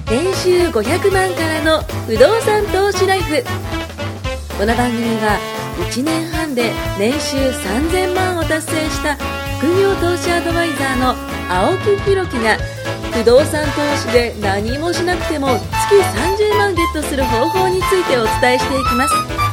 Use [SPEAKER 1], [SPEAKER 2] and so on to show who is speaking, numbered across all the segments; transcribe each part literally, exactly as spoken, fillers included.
[SPEAKER 1] 年収ごひゃくまんからの不動産投資ライフ。この番組はいちねんはんで年収さんぜんまんを達成した副業投資アドバイザーの青木弘樹が不動産投資で何もしなくても月さんじゅうまんゲットする方法についてお伝えしていきます。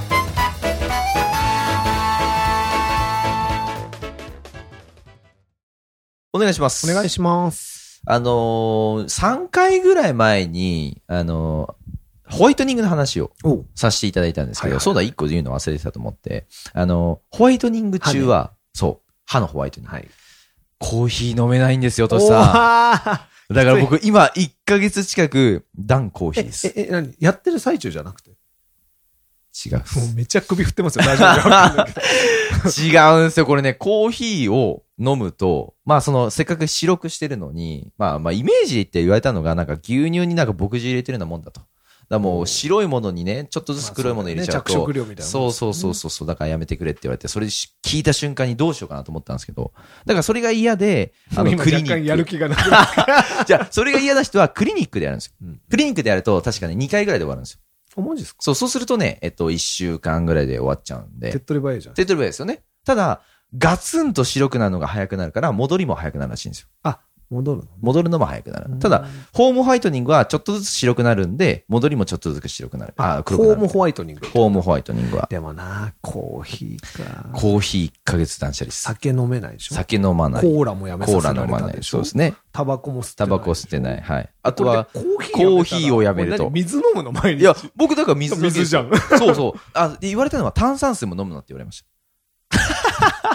[SPEAKER 2] お願いします。
[SPEAKER 3] お願いします。
[SPEAKER 2] あのー、さんかいぐらい前に、あのー、ホワイトニングの話をさせていただいたんですけど、はいはいはい、そうだ、いっこ言うの忘れてたと思って、あのー、ホワイトニング中は、そう、歯のホワイトニング。はい、コーヒー飲めないんですよ、としさん。だから僕、今、いっかげつ近く、ダンコーヒーです。
[SPEAKER 3] え、え、え、何やってる最中じゃなくて
[SPEAKER 2] 違う。も
[SPEAKER 3] うめっちゃ首振ってますよ、大丈夫か
[SPEAKER 2] 違うんですよ、これね、コーヒーを飲むと、まあその、せっかく白くしてるのに、まあまあイメージって言われたのが、なんか牛乳になんか牧汁入れてるようなもんだと。だからもう白いものにね、ちょっとずつ黒いもの入れちゃうと。
[SPEAKER 3] まあそうね、着色料みたいな。
[SPEAKER 2] そうそうそうそう。だからやめてくれって言われて、それ聞いた瞬間にどうしようかなと思ったんですけど。だからそれが嫌で、
[SPEAKER 3] あの、クリニック。やる気がなく
[SPEAKER 2] じゃあ、それが嫌な人はクリニックでやるんですよ。うん、クリニックでやると確かににかいぐらいで終わるんですよ。
[SPEAKER 3] あ、マジですか？
[SPEAKER 2] そう、そうするとね、えっと、いっしゅうかんぐらいで終わっちゃうんで。
[SPEAKER 3] 手っ取り早いじゃん。
[SPEAKER 2] 手っ取り早いですよね。ただ、ガツンと白くなるのが早くなるから、戻りも早くなるらしいんですよ。
[SPEAKER 3] あ、戻るの
[SPEAKER 2] 戻るのも早くなる。ただ、ホームホワイトニングはちょっとずつ白くなるんで、戻りもちょっとずつ白くなる。
[SPEAKER 3] あ、黒くなる。ホームホワイトニング。
[SPEAKER 2] ホームホワイトニングは。
[SPEAKER 3] でもな、コーヒーか。
[SPEAKER 2] コーヒーいっかげつ断捨離です。
[SPEAKER 3] 酒飲めないでしょ。
[SPEAKER 2] 酒飲まない。
[SPEAKER 3] コーラもやめさせられたでしょ。
[SPEAKER 2] コーラ飲まない。そうですね。
[SPEAKER 3] タバコも吸ってない。
[SPEAKER 2] タバコ吸ってない。はい。あとは、コーヒーをやめると。
[SPEAKER 3] 水飲むの毎日。
[SPEAKER 2] いや、僕だから水
[SPEAKER 3] 水じゃん。
[SPEAKER 2] そうそう。あ、言われたのは炭酸水も飲むなって言われました。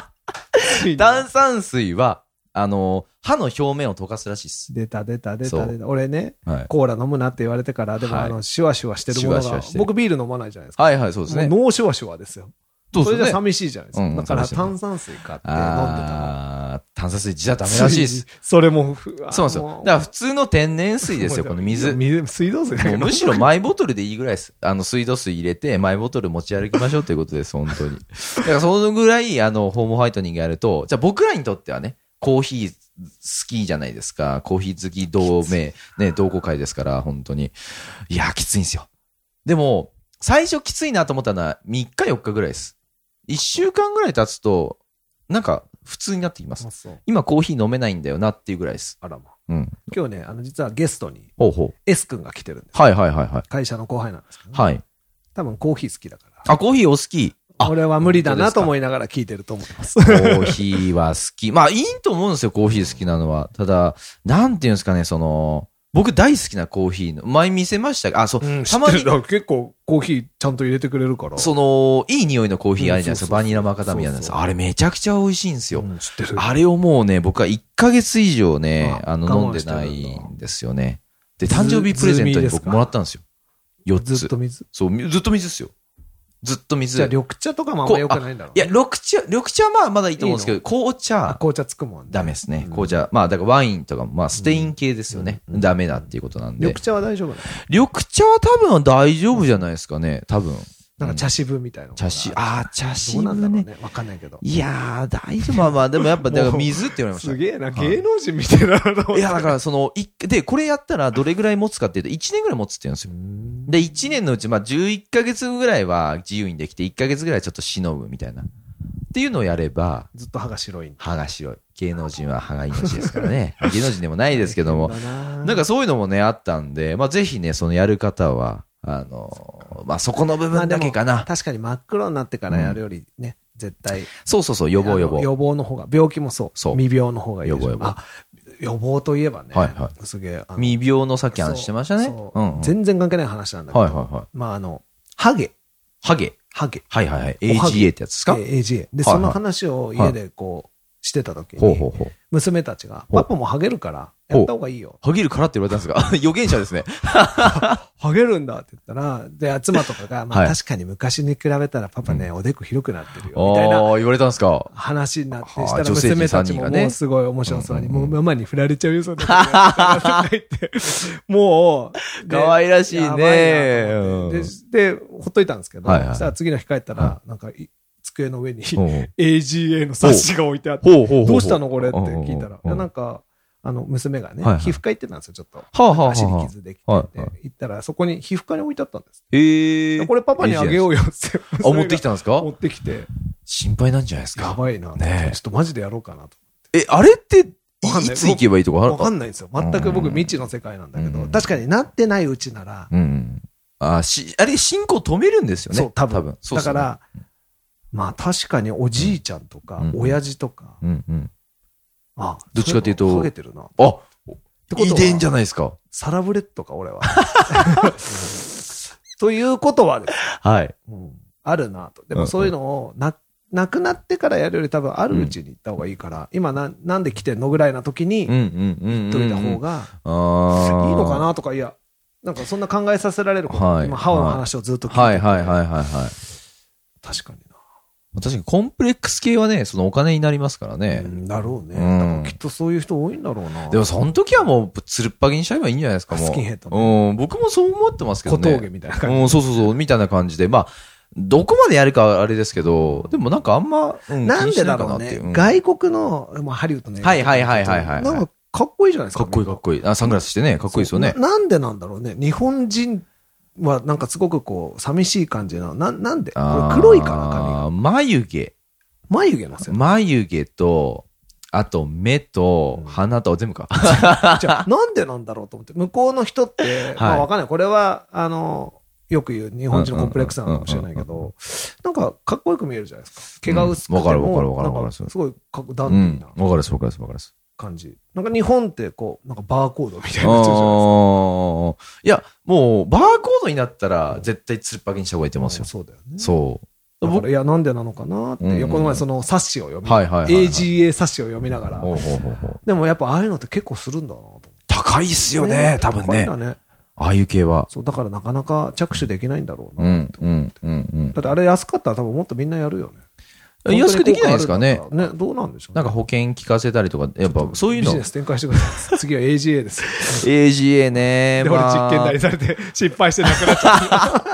[SPEAKER 2] 炭酸水は、あの、歯の表面を溶かすらしいです。
[SPEAKER 3] 出た出た出た出た。俺ね、
[SPEAKER 2] はい、
[SPEAKER 3] コーラ飲むなって言われてから、でも、はい、あの、シュワシュワしてるものが、シュワシュワしてる。僕ビール飲まないじゃないですか。
[SPEAKER 2] はいはい、そうですね。
[SPEAKER 3] ノーシュワシュワですよ。
[SPEAKER 2] そうですね。
[SPEAKER 3] それじゃ寂しいじゃないですか。うん、だから炭酸水買って飲んでたの。
[SPEAKER 2] ああ、炭酸水じゃダメらしいです。
[SPEAKER 3] それも、
[SPEAKER 2] そうなんですよ。だから普通の天然水ですよ、この水。
[SPEAKER 3] 水、水道水だけど。
[SPEAKER 2] むしろマイボトルでいいぐらいです。あの、水道水入れて、マイボトル持ち歩きましょうということです、本当に。だからそのぐらい、あの、ホームホワイトニングやると、じゃあ僕らにとってはね、コーヒー好きじゃないですか。コーヒー好き同盟、ね、同好会ですから、本当に。いや、きついんですよ。でも、最初きついなと思ったのはみっかよっかぐらいです。いっしゅうかんぐらい経つと、なんか、普通になってきます。今コーヒー飲めないんだよなっていうぐらいです。
[SPEAKER 3] あらま。
[SPEAKER 2] うん。
[SPEAKER 3] 今日ね、あの、実はゲストに、
[SPEAKER 2] ほうほう。
[SPEAKER 3] S 君が来てるんです。
[SPEAKER 2] はいはいはいはい。
[SPEAKER 3] 会社の後輩なんですけど、ね。
[SPEAKER 2] はい。
[SPEAKER 3] 多分コーヒー好きだから。
[SPEAKER 2] あ、コーヒーお好き。
[SPEAKER 3] 俺は無理だなと思いながら聞いてると思います。
[SPEAKER 2] コーヒーは好き。まあいいと思うんですよ、コーヒー好きなのは。ただ、なんていうんですかね、その、僕大好きなコーヒーの、前見せましたが、あ、そう、
[SPEAKER 3] うん、たまに。結構コーヒーちゃんと入れてくれるから。
[SPEAKER 2] その、いい匂いのコーヒーあるじゃないですか、バニラマカダミアのやつ。あれめちゃくちゃ美味しいんですよ。うん、知ってる。あれをもうね、僕はいっかげつ以上ね、あの、飲んでないんですよね。で、誕生日プレゼントに僕もらったんですよ。よっつ。
[SPEAKER 3] ずっと水？
[SPEAKER 2] そう、ずっと水ですよ。ずっと水。
[SPEAKER 3] じゃあ緑茶とかもあんま良くないんだろう、
[SPEAKER 2] ね、いや、緑茶、緑茶はまあまだいいと思うんですけど、紅茶。
[SPEAKER 3] 紅茶つくもんね。
[SPEAKER 2] ダメですね。紅茶。まあ、だからワインとかも、まあ、ステイン系ですよね。うん、ダメだっていうことなんで。
[SPEAKER 3] 緑茶は大丈夫なの？
[SPEAKER 2] 緑茶は多分大丈夫じゃないですかね。多分。
[SPEAKER 3] なんか茶渋みたいな。
[SPEAKER 2] 茶渋。ああ、茶渋ね。
[SPEAKER 3] どうなんだろうね。わかんないけど。
[SPEAKER 2] いやー、大丈夫。まあまあ、でもやっぱ、だから水って言われました。
[SPEAKER 3] すげえな、芸能人みたいなの。
[SPEAKER 2] いや、だからその、いで、これやったらどれぐらい持つかっていうと、いちねんぐらい持つって言うんですよ。で、いちねんのうち、まあ、じゅういっかげつぐらいは自由にできて、いっかげつぐらいちょっと忍ぶみたいな。っていうのをやれば、
[SPEAKER 3] ずっと歯が白い。
[SPEAKER 2] 歯が白い。芸能人は歯が命ですからね。芸能人でもないですけども。なんかそういうのもね、あったんで、まあ、ぜひね、そのやる方は、あの、まあ、そこの部分だけかな。
[SPEAKER 3] 確かに真っ黒になってからやるよりね、うん、絶対。
[SPEAKER 2] そうそうそう、予防予防。
[SPEAKER 3] 予防の方が、病気もそう。そう。未病の方がいい。
[SPEAKER 2] 予防予防。
[SPEAKER 3] あ、予防といえばね。
[SPEAKER 2] はいはい。
[SPEAKER 3] すげえ。
[SPEAKER 2] 未病のさっき話してましたね。
[SPEAKER 3] そう。うんうん、全然関係ない話なんだけど。
[SPEAKER 2] はいはいはい。
[SPEAKER 3] まあ、あの、ハゲ。
[SPEAKER 2] ハゲ。
[SPEAKER 3] ハゲ。
[SPEAKER 2] はいはいはい。エージーエー ってやつですか？
[SPEAKER 3] エージーエー。で、その話を家でこう、してた時に、娘たちが、パパもハゲるから、やった方がいいよ。
[SPEAKER 2] ハゲるからって言われたんですが、予言者ですね。
[SPEAKER 3] ハゲるんだって言ったら、で、妻とかが、まあ確かに昔に比べたらパパね、おでこ広くなってるよ、みたいな。
[SPEAKER 2] ああ、言われたんですか。
[SPEAKER 3] 話になって、したら娘たちももうすごい面白そうに、もうママに振られちゃうよ、そんなこと言って。もう、
[SPEAKER 2] 可愛らしいね。
[SPEAKER 3] で、ほっといたんですけど、そしたら次の日帰ったら、なんか、机の上に エージーエー の冊子が置いてあって、どうしたのこれって聞いたら、なんか、 あの、娘がね、
[SPEAKER 2] はいはい
[SPEAKER 3] 皮膚科行ってたんですよ、ちょっと。
[SPEAKER 2] はあ、はあはあ、
[SPEAKER 3] 足に傷できて、
[SPEAKER 2] はいはい
[SPEAKER 3] 行ったら、そこに皮膚科に置いてあったんです。
[SPEAKER 2] ええー。
[SPEAKER 3] これパパにあげようよって。
[SPEAKER 2] あ、持ってきたんですか？
[SPEAKER 3] 持ってきて。
[SPEAKER 2] 心配なんじゃないですか。
[SPEAKER 3] やばいな。
[SPEAKER 2] ね、
[SPEAKER 3] ちょっとマジでやろうかなと。
[SPEAKER 2] え、あれって、いつ行けばいいとかある？
[SPEAKER 3] わかんないんですよ。全く僕未知の世界なんだけど、確かになってないうちなら、
[SPEAKER 2] うん。あ、し、あれ進行止めるんですよね。
[SPEAKER 3] そう、多分。
[SPEAKER 2] 多分
[SPEAKER 3] だから、まあ確かにおじいちゃんとか、親父とか、
[SPEAKER 2] うんうん。
[SPEAKER 3] あ、
[SPEAKER 2] どっちかというと、
[SPEAKER 3] ハゲてるな。
[SPEAKER 2] あ、遺伝じゃないですか。
[SPEAKER 3] サラブレッドか、俺は。ということはです。
[SPEAKER 2] はい。
[SPEAKER 3] あるなと。でもそういうのをな、なくなってからやるより多分あるうちに行った方がいいから、今な、なんで来てんのぐらいな時に、言っといた方が、いいのかなとか、いや、なんかそんな考えさせられること、今歯の話をずっと聞いてて。
[SPEAKER 2] はいはいはいはいはい。
[SPEAKER 3] 確かにな。
[SPEAKER 2] 確かにコンプレックス系はね、そのお金になりますからね。
[SPEAKER 3] だろうね。だからきっとそういう人多いんだろうな。
[SPEAKER 2] でもその時はもう、つるっぱげにしちゃえばいいんじゃないですか、もう。
[SPEAKER 3] スキンヘッド。
[SPEAKER 2] うん、僕もそう思ってますけどね。
[SPEAKER 3] 小峠みたいな感じ。
[SPEAKER 2] うん、そうそうそう、みたいな感じで。まあ、どこまでやるかあれですけど、でもなんかあんま、
[SPEAKER 3] うん、なんでだろうね。外国の、まあ、ハリウッドの映画。
[SPEAKER 2] はいはいはいはいはい。
[SPEAKER 3] なんかかっこいいじゃないですか。
[SPEAKER 2] かっこいいかっこいい。あ、サングラスしてね、かっこいいですよね。
[SPEAKER 3] なんでなんだろうね。日本人はなんかすごくこう、寂しい感じな。な、なんでこれ黒いから髪が。
[SPEAKER 2] 眉毛。
[SPEAKER 3] 眉毛なんですよ。
[SPEAKER 2] 眉毛と、あと目と鼻と全部か。
[SPEAKER 3] じゃあ、なんでなんだろうと思って。向こうの人って、まあわかんない。これは、あの、よく言う日本人のコンプレックスなのかもしれないけど、なんかかっこよく見えるじゃないですか。毛が薄くても。わかるわかるわかるわかる。すごいかっこダンディーな。
[SPEAKER 2] わかるわかるわかるわかる。
[SPEAKER 3] 感じ。なんか日本ってこう、なんかバーコードみたいなじゃないです
[SPEAKER 2] か。いや、もう、バーコードになったら、絶対つるっぱげにした方がいいと思うんですよ。
[SPEAKER 3] そうだよね。
[SPEAKER 2] そう。
[SPEAKER 3] だから、いや、なんでなのかなって、この前その冊子を読み、エージーエー 冊子を読みながら。でもやっぱああいうのって結構するんだなと。
[SPEAKER 2] 高いっすよね、多分ね。ああいう系は。
[SPEAKER 3] そう、だからなかなか着手できないんだろう
[SPEAKER 2] な。うん、うん、うん。
[SPEAKER 3] だってあれ安かったら多分もっとみんなやるよ
[SPEAKER 2] ね。安くできないですかね。
[SPEAKER 3] ね、どうなんでしょう。
[SPEAKER 2] なんか保険聞かせたりとか、やっぱそういうの。
[SPEAKER 3] ビジネス展開してください。次は エージーエー です。
[SPEAKER 2] エージーエー ね。
[SPEAKER 3] で、俺実験台されて失敗してなくなっちゃった。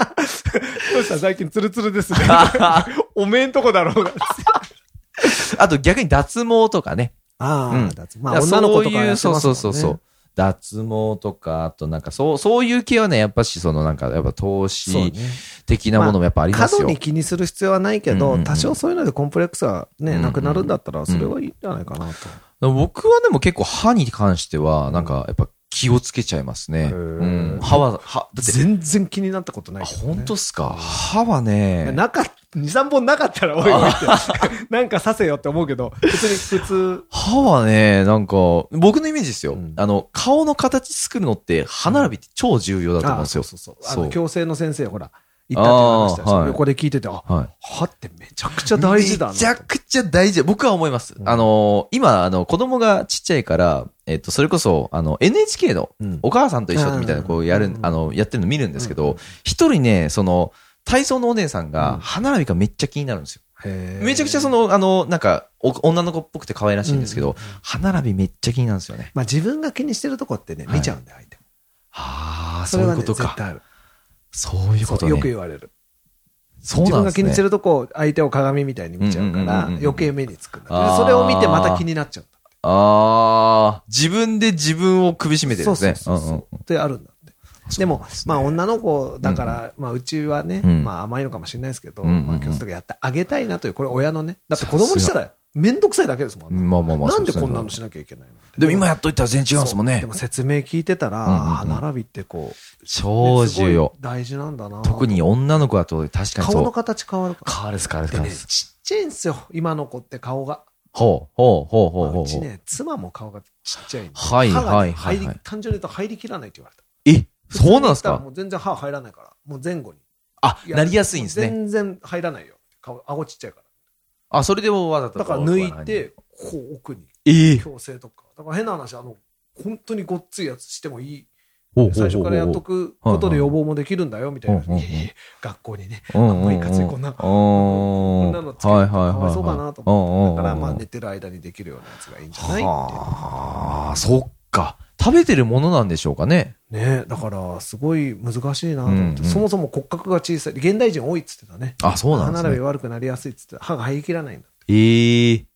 [SPEAKER 3] どうした最近ツルツルですね。おめんとこだろうが。
[SPEAKER 2] あと逆に脱毛とかね。
[SPEAKER 3] ああ、脱毛。まあ女の子とかやってますもんね。
[SPEAKER 2] そうそうそうそう。脱毛とか、あとなんかそう、そういう系はね、やっぱしそのなんか、やっぱ投資的なものもやっぱありますよ。
[SPEAKER 3] 過度に気にする必要はないけど、多少そういうのでコンプレックスがね、なくなるんだったら、それはいいんじゃないかなと。
[SPEAKER 2] 僕はでも結構歯に関しては、なんかやっぱ気をつけちゃいますね。うん。歯は、歯、
[SPEAKER 3] だって全然気になったことないけど、
[SPEAKER 2] ね。本当っすか。歯はね。
[SPEAKER 3] なかった、に、さんぼんなかったらおいおいって。なんか刺せよって思うけど、別に普通。
[SPEAKER 2] 歯はね、なんか、僕のイメージですよ。うん、あの、顔の形作るのって、歯並びって超重要だと思うんですよ。
[SPEAKER 3] そうそうそう。あの、矯正の先生、ほら。言ったって話したし、はい、横で聞いてて、あ、はい、歯ってめちゃくちゃ大事だな。
[SPEAKER 2] めちゃくちゃ大事。僕は思います。うん、あの、今、あの、子供がちっちゃいから、えっと、それこそ、あの、エヌエイチケー の、お母さんと一緒みたいな、こう、やる、あの、やってるの見るんですけど、一人ね、その、体操のお姉さんが、歯並びがめっちゃ気になるんですよ。めちゃくちゃその、あの、なんか、女の子っぽくて可愛らしいんですけど、歯並びめっちゃ気になるんですよね。
[SPEAKER 3] まあ自分が気にしてるとこってね、見ちゃうんだよ、相手。
[SPEAKER 2] はあ、そういうことか。そういうことね。
[SPEAKER 3] よく言われる。自分が気にしてるとこ、相手を鏡みたいに見ちゃうから、余計目につくんだ。それを見てまた気になっちゃうんだ。
[SPEAKER 2] ああ、自分で自分を首絞めてるんですね。
[SPEAKER 3] そうそうそう。ってあるんだって。でも、まあ女の子だから、まあうちはね、まあ甘いのかもしれないですけど、まあ教室とかやってあげたいなという、これ親のね。だって子供にしたらめんどくさいだけですもんね。
[SPEAKER 2] まあまあまあ。
[SPEAKER 3] なんでこんなのしなきゃいけないの？
[SPEAKER 2] でも今やっといたら全然違うんですもんね。
[SPEAKER 3] でも説明聞いてたら、歯並びってこう、
[SPEAKER 2] 超重要。
[SPEAKER 3] 大事なんだな。
[SPEAKER 2] 特に女の子だと確かにそう。
[SPEAKER 3] 顔の形変わるから。
[SPEAKER 2] 変わる変わる変わる。
[SPEAKER 3] ちっちゃいんですよ、今の子って顔が。
[SPEAKER 2] ほう、ほう、ほう、ほう、ほう。
[SPEAKER 3] うちね、妻も顔がちっちゃいんで。
[SPEAKER 2] はい、はい、はい。
[SPEAKER 3] 単純に言うと入りきらないって言われた。
[SPEAKER 2] え、そうなんですか？
[SPEAKER 3] もう全然歯入らないから、もう前後に。
[SPEAKER 2] あ、なりやすいんですね。
[SPEAKER 3] 全然入らないよ。顔、顎ちっちゃいから。
[SPEAKER 2] あ、それでもわざと。
[SPEAKER 3] だから抜いて、こう奥に。
[SPEAKER 2] ええ。
[SPEAKER 3] 矯正とか。だから変な話、あの、本当にごっついやつしてもいい。最初からやっとくことで予防もできるんだよ、みたいな。学校にね、あんまりいかついこんな、こんなのつけてかわいそうかなと思って。だから、まあ寝てる間にできるようなやつがいいんじゃないって。
[SPEAKER 2] ああ、そっか。食べてるものなんでしょうかね。
[SPEAKER 3] ねだから、すごい難しいなと思って。そもそも骨格が小さい。現代人多いっつってたね。
[SPEAKER 2] あ、そうなんですね。
[SPEAKER 3] 歯並び悪くなりやすいっつって、歯が入りきらないんだって。
[SPEAKER 2] ええ。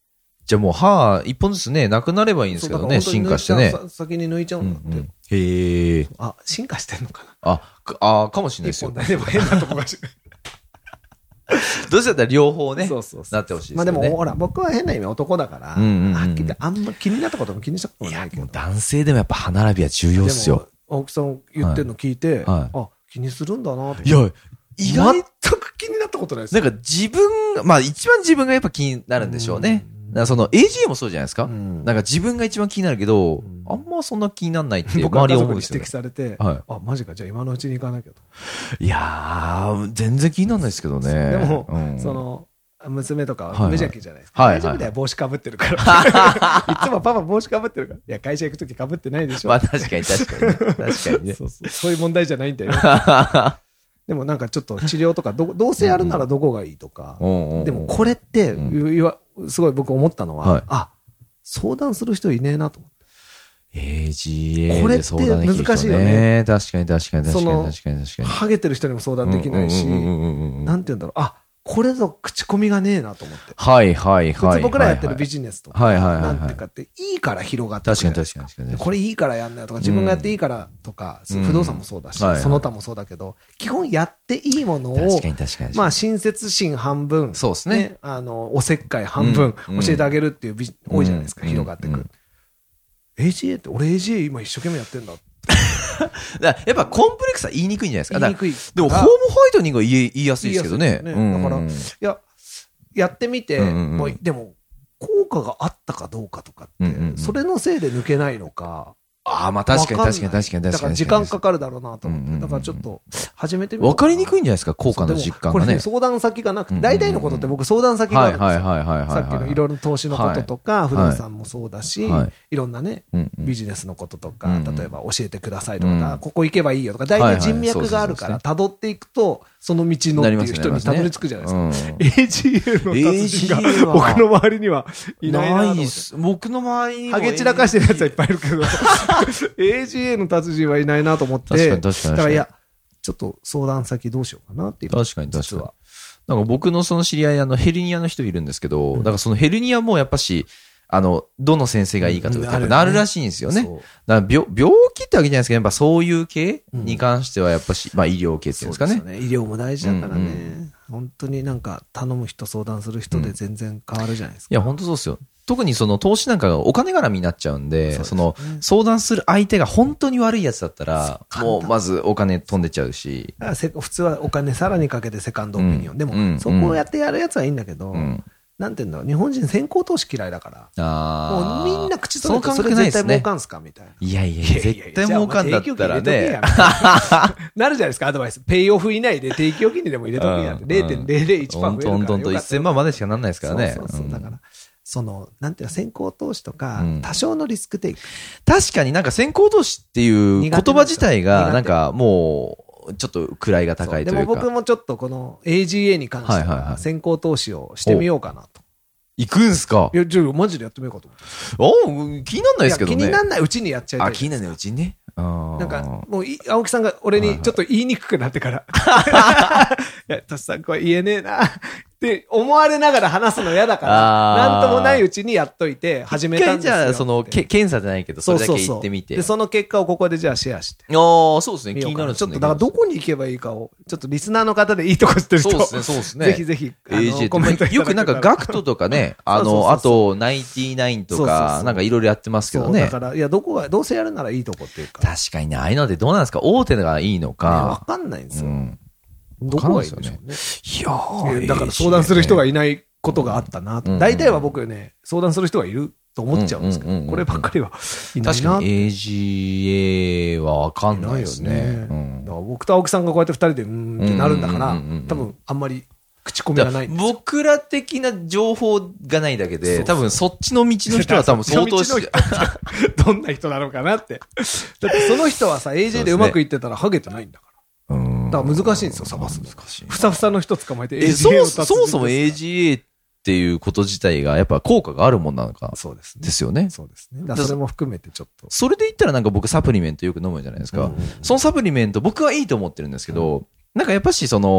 [SPEAKER 2] じゃあもう歯一本ずつね、なくなればいいんですけどね、進化してね。
[SPEAKER 3] 先に抜いちゃうんだって。うんうん、
[SPEAKER 2] へえ。
[SPEAKER 3] あ、進化してんのかな。
[SPEAKER 2] あ、あ、かもしれないですよ。
[SPEAKER 3] 一本でも変なとこがしない。
[SPEAKER 2] どうせだったら両方ね、
[SPEAKER 3] そうそうそう
[SPEAKER 2] なってほしいですよね。
[SPEAKER 3] まあでも、ほら、僕は変な意味男だから、うんうんうん、はっきり言ってあんま気になったことも気にしたこともないけど。
[SPEAKER 2] 男性でもやっぱ歯並びは重要っすよ。
[SPEAKER 3] 青木さん言ってるの聞いて、はい、あ、気にするんだなって。
[SPEAKER 2] いや、意外
[SPEAKER 3] 全く気になったことないです。
[SPEAKER 2] なんか自分、まあ一番自分がやっぱ気になるんでしょうね。だからその エージーエー もそうじゃないですか。うん、なんか自分が一番気になるけど、うん、あんまそんな気にならないって周りは思うんですよ、ね。
[SPEAKER 3] 僕は家族に指摘されて、はい、あ、マジか、じゃあ今のうちに行かなきゃと。
[SPEAKER 2] いやー、全然気にならないですけどね。
[SPEAKER 3] でも、うん、その、娘とかは無邪気じゃないですか。
[SPEAKER 2] はいはい、
[SPEAKER 3] 大丈夫だよ、帽子かぶってるから。いつもパパ帽子かぶってるから。いや、会社行くときかぶってないでしょ。
[SPEAKER 2] まあ確かに確かに、ね。確かにね。
[SPEAKER 3] そうそう。そういう問題じゃないんだよ。でもなんかちょっと治療とかど、どうせやるならどこがいいとか。うん、でもこれって、うん、すごい僕思ったのは、はい、あ、相談する人いねえなと思って。
[SPEAKER 2] エージーエー で相談できる人、ね、
[SPEAKER 3] これって難しいよね。
[SPEAKER 2] 確かに確かに確かに確かに確かに。
[SPEAKER 3] ハゲてる人にも相談できないし、なんて言うんだろう。あ、これぞ口コミがねえなと思って。
[SPEAKER 2] はいはいはい。
[SPEAKER 3] 僕らやってるビジネスとか、
[SPEAKER 2] はいはいはい、
[SPEAKER 3] なんていうかっていいから広がってる。
[SPEAKER 2] 確かに確かに確かに。
[SPEAKER 3] これいいからやんなよとか、自分がやっていいからとか、うん、不動産もそうだし、うん、その他もそうだけど、基本やっていいものを、
[SPEAKER 2] 確かに確かに。
[SPEAKER 3] まあ親切心半分、
[SPEAKER 2] そうですね。ね、
[SPEAKER 3] あの、おせっかい半分、教えてあげるっていうビジ、うん、多いじゃないですか、広がってくる。エージーエー って、俺 エージーエー 今一生懸命やってんだ。
[SPEAKER 2] だやっぱコンプレックスは言いにくいんじゃないですか。
[SPEAKER 3] 言いにくい。
[SPEAKER 2] でもホームホワイトニングは言い言いやすいですけどね。
[SPEAKER 3] ね、うん、だから、いや、やってみて、うんうんうん、もうでも、効果があったかどうかとかって、うんうんうん、それのせいで抜けないのか。
[SPEAKER 2] ああ、まあ確かに確かに確かに確かに。
[SPEAKER 3] だから時間かかるだろうなと思って。うんうんうん、だからちょっと、始めてみよう
[SPEAKER 2] わかりにくいんじゃないですか、効果の実感がね。
[SPEAKER 3] これ相談先がなくて、大体のことって僕相談先があるんですよ。
[SPEAKER 2] はいはいはいはい、はい。
[SPEAKER 3] さっきのいろいろ投資のこととか、はい、不動産もそうだし、はい、いろんなね、うんうん、ビジネスのこととか、うんうん、例えば教えてくださいとか、うん、ここ行けばいいよとか、大体人脈があるから、辿っていくと、その道のっていう人にたどり着くじゃないですか。エージーエー の達人が僕の周りにはいないなと思って。ないっす。
[SPEAKER 2] 僕の周りに
[SPEAKER 3] ハゲ散らかしてるやつはいっぱいいるけど、エージーエー の達人はいないなと思って。
[SPEAKER 2] 確かに確かに。
[SPEAKER 3] だからいや、ちょっと相談先どうしようかなっていう。
[SPEAKER 2] 確かに確かに。なんか僕のその知り合い、あの、ヘルニアの人いるんですけど、うん、だからそのヘルニアもやっぱし、あの、どの先生がいいかとか、うん、なるらしいんですよね。だから病、病気ってわけじゃないですけど、やっぱそういう系に関してはやっぱし、まあ医療系っていうんですかね。
[SPEAKER 3] そうですね。医療も大事だからね。うんうん、本当になんか頼む人、相談する人で全然変わるじゃないですか。
[SPEAKER 2] うん、いや、本当そうですよ。特にその投資なんかがお金絡みになっちゃうんで、そ, で、ね、その相談する相手が本当に悪いやつだったら、もうまずお金飛んでっちゃうし。
[SPEAKER 3] 普通はお金さらにかけてセカンドオピニオン。うん、でも、うん、そこをやってやるやつはいいんだけど、うん、なんていうんだろう、日本人先行投資嫌いだから。あもうみんな口それてそれ絶対儲かんすかみたいな。
[SPEAKER 2] いやいやいや、絶対儲かんだったらね。
[SPEAKER 3] なるじゃないですか、アドバイス。ペイオフ以内で定期預金にでも入れとけやって。れいてんぜろぜろいちパーセント 増えるから。
[SPEAKER 2] トントンとせんまんまでしかなんないですからね。
[SPEAKER 3] そうそうそう。だから。その、なんていうの、先行投資とか、多少のリスクテイク。
[SPEAKER 2] 確かになんか先行投資っていう言葉自体が、なんかもう、ちょっと位が高いというか。
[SPEAKER 3] でも僕もちょっとこの エージーエー に関しては、先行投資をしてみようかなと。
[SPEAKER 2] 行くんすか？
[SPEAKER 3] いや、じゃあマジでやってみようかと思って。
[SPEAKER 2] お気になんないですけどね。
[SPEAKER 3] 気になんないうちにやっちゃいたい。
[SPEAKER 2] あ、気になんないうちにね。
[SPEAKER 3] なんか、もう、青木さんが俺にちょっと言いにくくなってから。いや、トシさんこれ言えねえな。って思われながら話すの嫌だから、なんともないうちにやっといて、始めたんですよ。
[SPEAKER 2] 一回じゃあ、その、け、検査じゃないけど、それだけ言ってみて。
[SPEAKER 3] で、その結果をここでじゃあシェアして。
[SPEAKER 2] ああ、そうですね。気になるんですね。
[SPEAKER 3] ちょっと、だからどこに行けばいいかを、ちょっとリスナーの方でいいとこ知ってる人。
[SPEAKER 2] そうですね、そうですね。
[SPEAKER 3] ぜひぜひ、
[SPEAKER 2] あの、コメントよくなんかガクトとかね、あの、あと、ナインティナインとか、なんかいろいろやってますけどね。
[SPEAKER 3] だから、いや、どこが、どうせやるならいいとこっていうか。
[SPEAKER 2] 確かにね、ああいうのでどうなんですか？大手がいいのか。
[SPEAKER 3] わかんないんですよ。どこがいいんでしょうね。
[SPEAKER 2] いや
[SPEAKER 3] ー。だから相談する人がいないことがあったなと。大体は僕ね、相談する人がいると思っちゃうんですけど、こればっかりはいないな。
[SPEAKER 2] 確かに エージーエー はわかんないですね。
[SPEAKER 3] だから僕と青木さんがこうやって二人でうーんってなるんだから、多分あんまり口コミがない。
[SPEAKER 2] 僕ら的な情報がないだけで、多分そっちの道の人は多分相当し
[SPEAKER 3] どんな人なのかなって。だってその人はさ、エージーエー でうまくいってたらハゲてないんだから。だから難しいんですよ、探すの。難しい。ふさふさの人捕まえて エージーエー を達人。
[SPEAKER 2] そもそも エージーエー っていうこと自体がやっぱ効果があるもんなのか。
[SPEAKER 3] そうですね。
[SPEAKER 2] ですよね。
[SPEAKER 3] そうですね。だからそれも含めてちょっと。
[SPEAKER 2] それで言ったらなんか僕サプリメントよく飲むじゃないですか。そのサプリメント僕はいいと思ってるんですけど、なんかやっぱしその効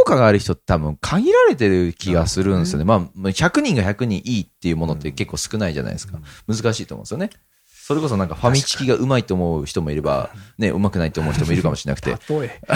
[SPEAKER 2] 効果がある人って多分限られてる気がするんですよね。まあ、ひゃくにんがひゃくにんいいっていうものって結構少ないじゃないですか。難しいと思うんですよね。それこそなんかファミチキがうまいと思う人もいれば、ね、うまくないと思う人もいるかもしれなくて。例え。フ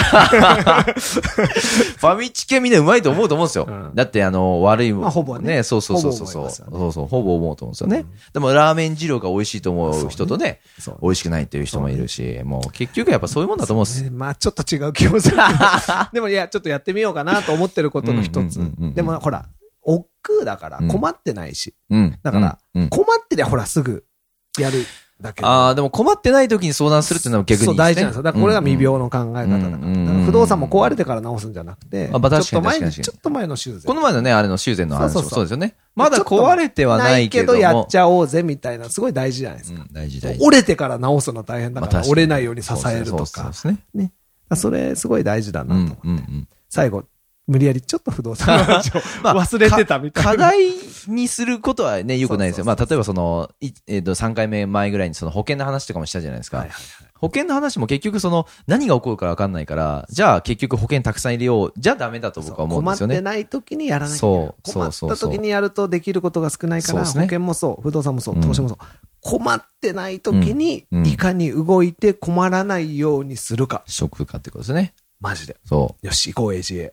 [SPEAKER 2] ァミチキはみんなうまいと思うと思うんですよ。うん、だってあの、悪いもん。
[SPEAKER 3] まあ、ほぼね。
[SPEAKER 2] ね、そうそうそうそう。そうそうそう、ほぼ思うと思うんですよね。うん、でもラーメン二郎が美味しいと思う人とね、ね美味しくないっていう人もいるし、もう結局やっぱそういうもんだと思うんです。
[SPEAKER 3] ね、まあちょっと違う気もする。でもいや、ちょっとやってみようかなと思ってることの一つ。でもほら、億劫だから困ってないし。うん、だから、困ってりゃほらすぐやる。だけど
[SPEAKER 2] ああ、でも困ってない時に相談するっていうのは逆にいいですね。
[SPEAKER 3] そう、大事なんですよ。だからこれが未病の考え方だから。うんうん、だから不動産も壊れてから直すんじゃなくて、あまあ、確かに確かにちょっと前の修繕。
[SPEAKER 2] この前のね、あれの修繕の話もそうですよね。まだ壊れてはないけども。
[SPEAKER 3] ないけどやっちゃおうぜみたいな、すごい大事じゃないですか。うん、大事大事。折れてから直すの大変だから、折れないように支えるとか。そうですね。ね。それすごい大事だなと思って。うんうんうん、最後、無理やりちょっと不動産の話を忘れてたみたいな。
[SPEAKER 2] 課題にすることはね、良くないですよ。まあ、例えばその、えっと、さんかいめ前ぐらいにその保険の話とかもしたじゃないですか。はいはいはい、保険の話も結局その、何が起こるか分かんないから、じゃあ結局保険たくさん入れよう。じゃあダメだと僕は思うんですよね。
[SPEAKER 3] 困ってない時にやらなきゃいけない。そう。困った時にやるとできることが少ないから、保険もそう、不動産もそう、投資もそう。困ってない時に、いかに動いて困らないようにするか。
[SPEAKER 2] 食かってことですね。
[SPEAKER 3] マジで。
[SPEAKER 2] そう。
[SPEAKER 3] よし、行こう、エージーエ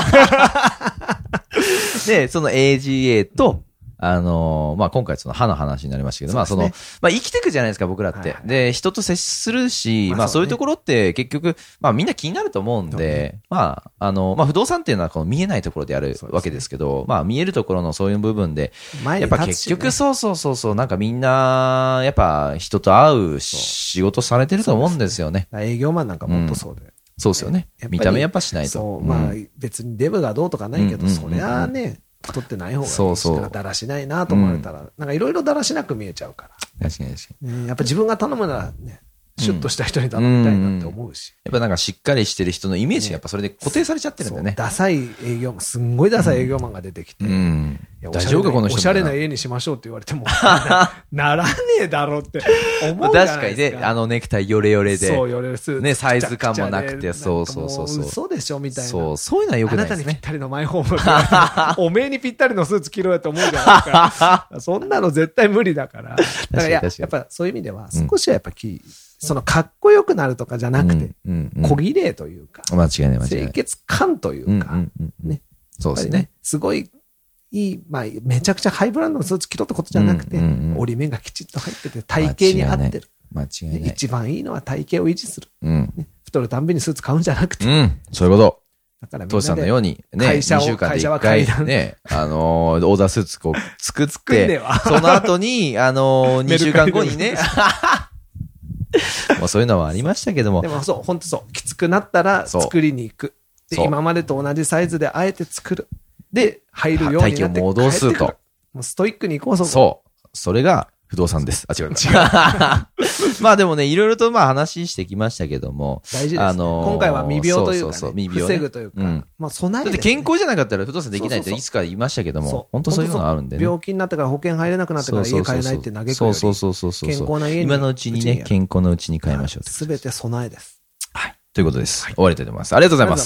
[SPEAKER 2] ー。で、その エージーエー と、あのー、まあ、今回その歯の話になりましたけど、ね、まあ、その、まあ、生きていくじゃないですか、僕らって。はいはい、で、人と接するし、まあ、まあ、そういうところって結局、まあ、みんな気になると思うんで、ね、まあ、あの、まあ、不動産っていうのはこの見えないところであるわけですけど、ね、まあ、見えるところのそういう部分で、ね、やっぱ結局、そうそうそうそう、なんかみんな、やっぱ人と会う仕事されてると思うんですよね。
[SPEAKER 3] 営業マンなんかもっとそうで。うん
[SPEAKER 2] そうですよね。見た目やっぱしないと。
[SPEAKER 3] そう。まあ、別にデブがどうとかないけど、そりゃね、太ってない方がいいし、そうそう。だらしないなと思われたら、なんかいろいろだらしなく見えちゃうから。
[SPEAKER 2] 確かに確か
[SPEAKER 3] に。やっぱ自分が頼むならね、シュッとした人に頼みたいなって思うし。
[SPEAKER 2] やっぱなんかしっかりしてる人のイメージがやっぱそれで固定されちゃってるんだよね。
[SPEAKER 3] ダサい営業マン、すんごいダサい営業マンが出てきて。大丈夫かこの人。おしゃれな家にしましょうって言われても、ならねえだろって思うじゃないですか。
[SPEAKER 2] 確かにね、あのネクタイヨレヨレで。
[SPEAKER 3] そう、ヨレヨレスーツ。
[SPEAKER 2] ね、サイズ感もなくて、そうそうそうそう。
[SPEAKER 3] 嘘でしょみたいな。
[SPEAKER 2] そう、そういうのは良くないですね。
[SPEAKER 3] あなたにぴったりのマイホームおめえにぴったりのスーツ着ろよって思うじゃないですか。そんなの絶対無理だから。だからやっぱそういう意味では、少しはやっぱキー。そのかっこよくなるとかじゃなくて、小綺麗というか、
[SPEAKER 2] 間違いない間違いない。
[SPEAKER 3] 清潔感というか、ね。
[SPEAKER 2] そうですね。
[SPEAKER 3] すごいいい、まあ、めちゃくちゃハイブランドのスーツ着ろってことじゃなくて、折り目がきちっと入ってて、体型に合ってる。
[SPEAKER 2] 間違いない。
[SPEAKER 3] 一番いいのは体型を維持する。太るたんびにスーツ買うんじゃなくて。
[SPEAKER 2] そういうこと。
[SPEAKER 3] だから
[SPEAKER 2] トシさんのように、ね、にしゅうかんでいっかい、ね、あのー、オーダースーツこう作って、その後に、あのー、にしゅうかんごにね、もうそういうのはありましたけども。
[SPEAKER 3] でもそう、本当そう。きつくなったら作りに行く。で、今までと同じサイズであえて作る。で、入るようになって
[SPEAKER 2] 体型を戻すと。
[SPEAKER 3] もうストイックに行こう、そこ。
[SPEAKER 2] そう。それが不動産です。あ、違う。違う。まあでもね、いろいろとまあ話してきましたけども。
[SPEAKER 3] 大事です、ね。あのー、今回は未病というか、ね、そうそうそう未病、ね、防ぐというか。うん、まあ備えです、ね。
[SPEAKER 2] だって健康じゃなかったら不動産できないっていつか言いましたけども。そうそうそう本当そういうのがあるんでね。
[SPEAKER 3] 病気になってから保険入れなくなってから家買えないって嘆くよりそうそうそうそうそう。健康な家に。
[SPEAKER 2] 今のうちにね、健康なうちに買いましょう。
[SPEAKER 3] すべて備えです。
[SPEAKER 2] はい。ということです。はい、終わりたいと思います。ありがとうございます。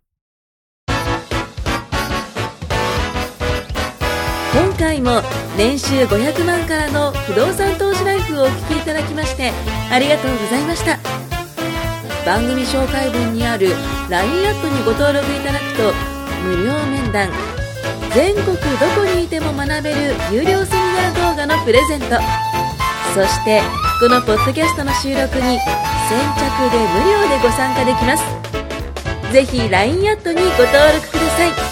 [SPEAKER 1] 今回も年収ごひゃくまんからの不動産投資ライフをお聞きいただきましてありがとうございました。番組紹介文にある ライン アットにご登録いただくと無料面談、全国どこにいても学べる有料セミナー動画のプレゼント、そしてこのポッドキャストの収録に先着で無料でご参加できます。ぜひ ライン アットにご登録ください。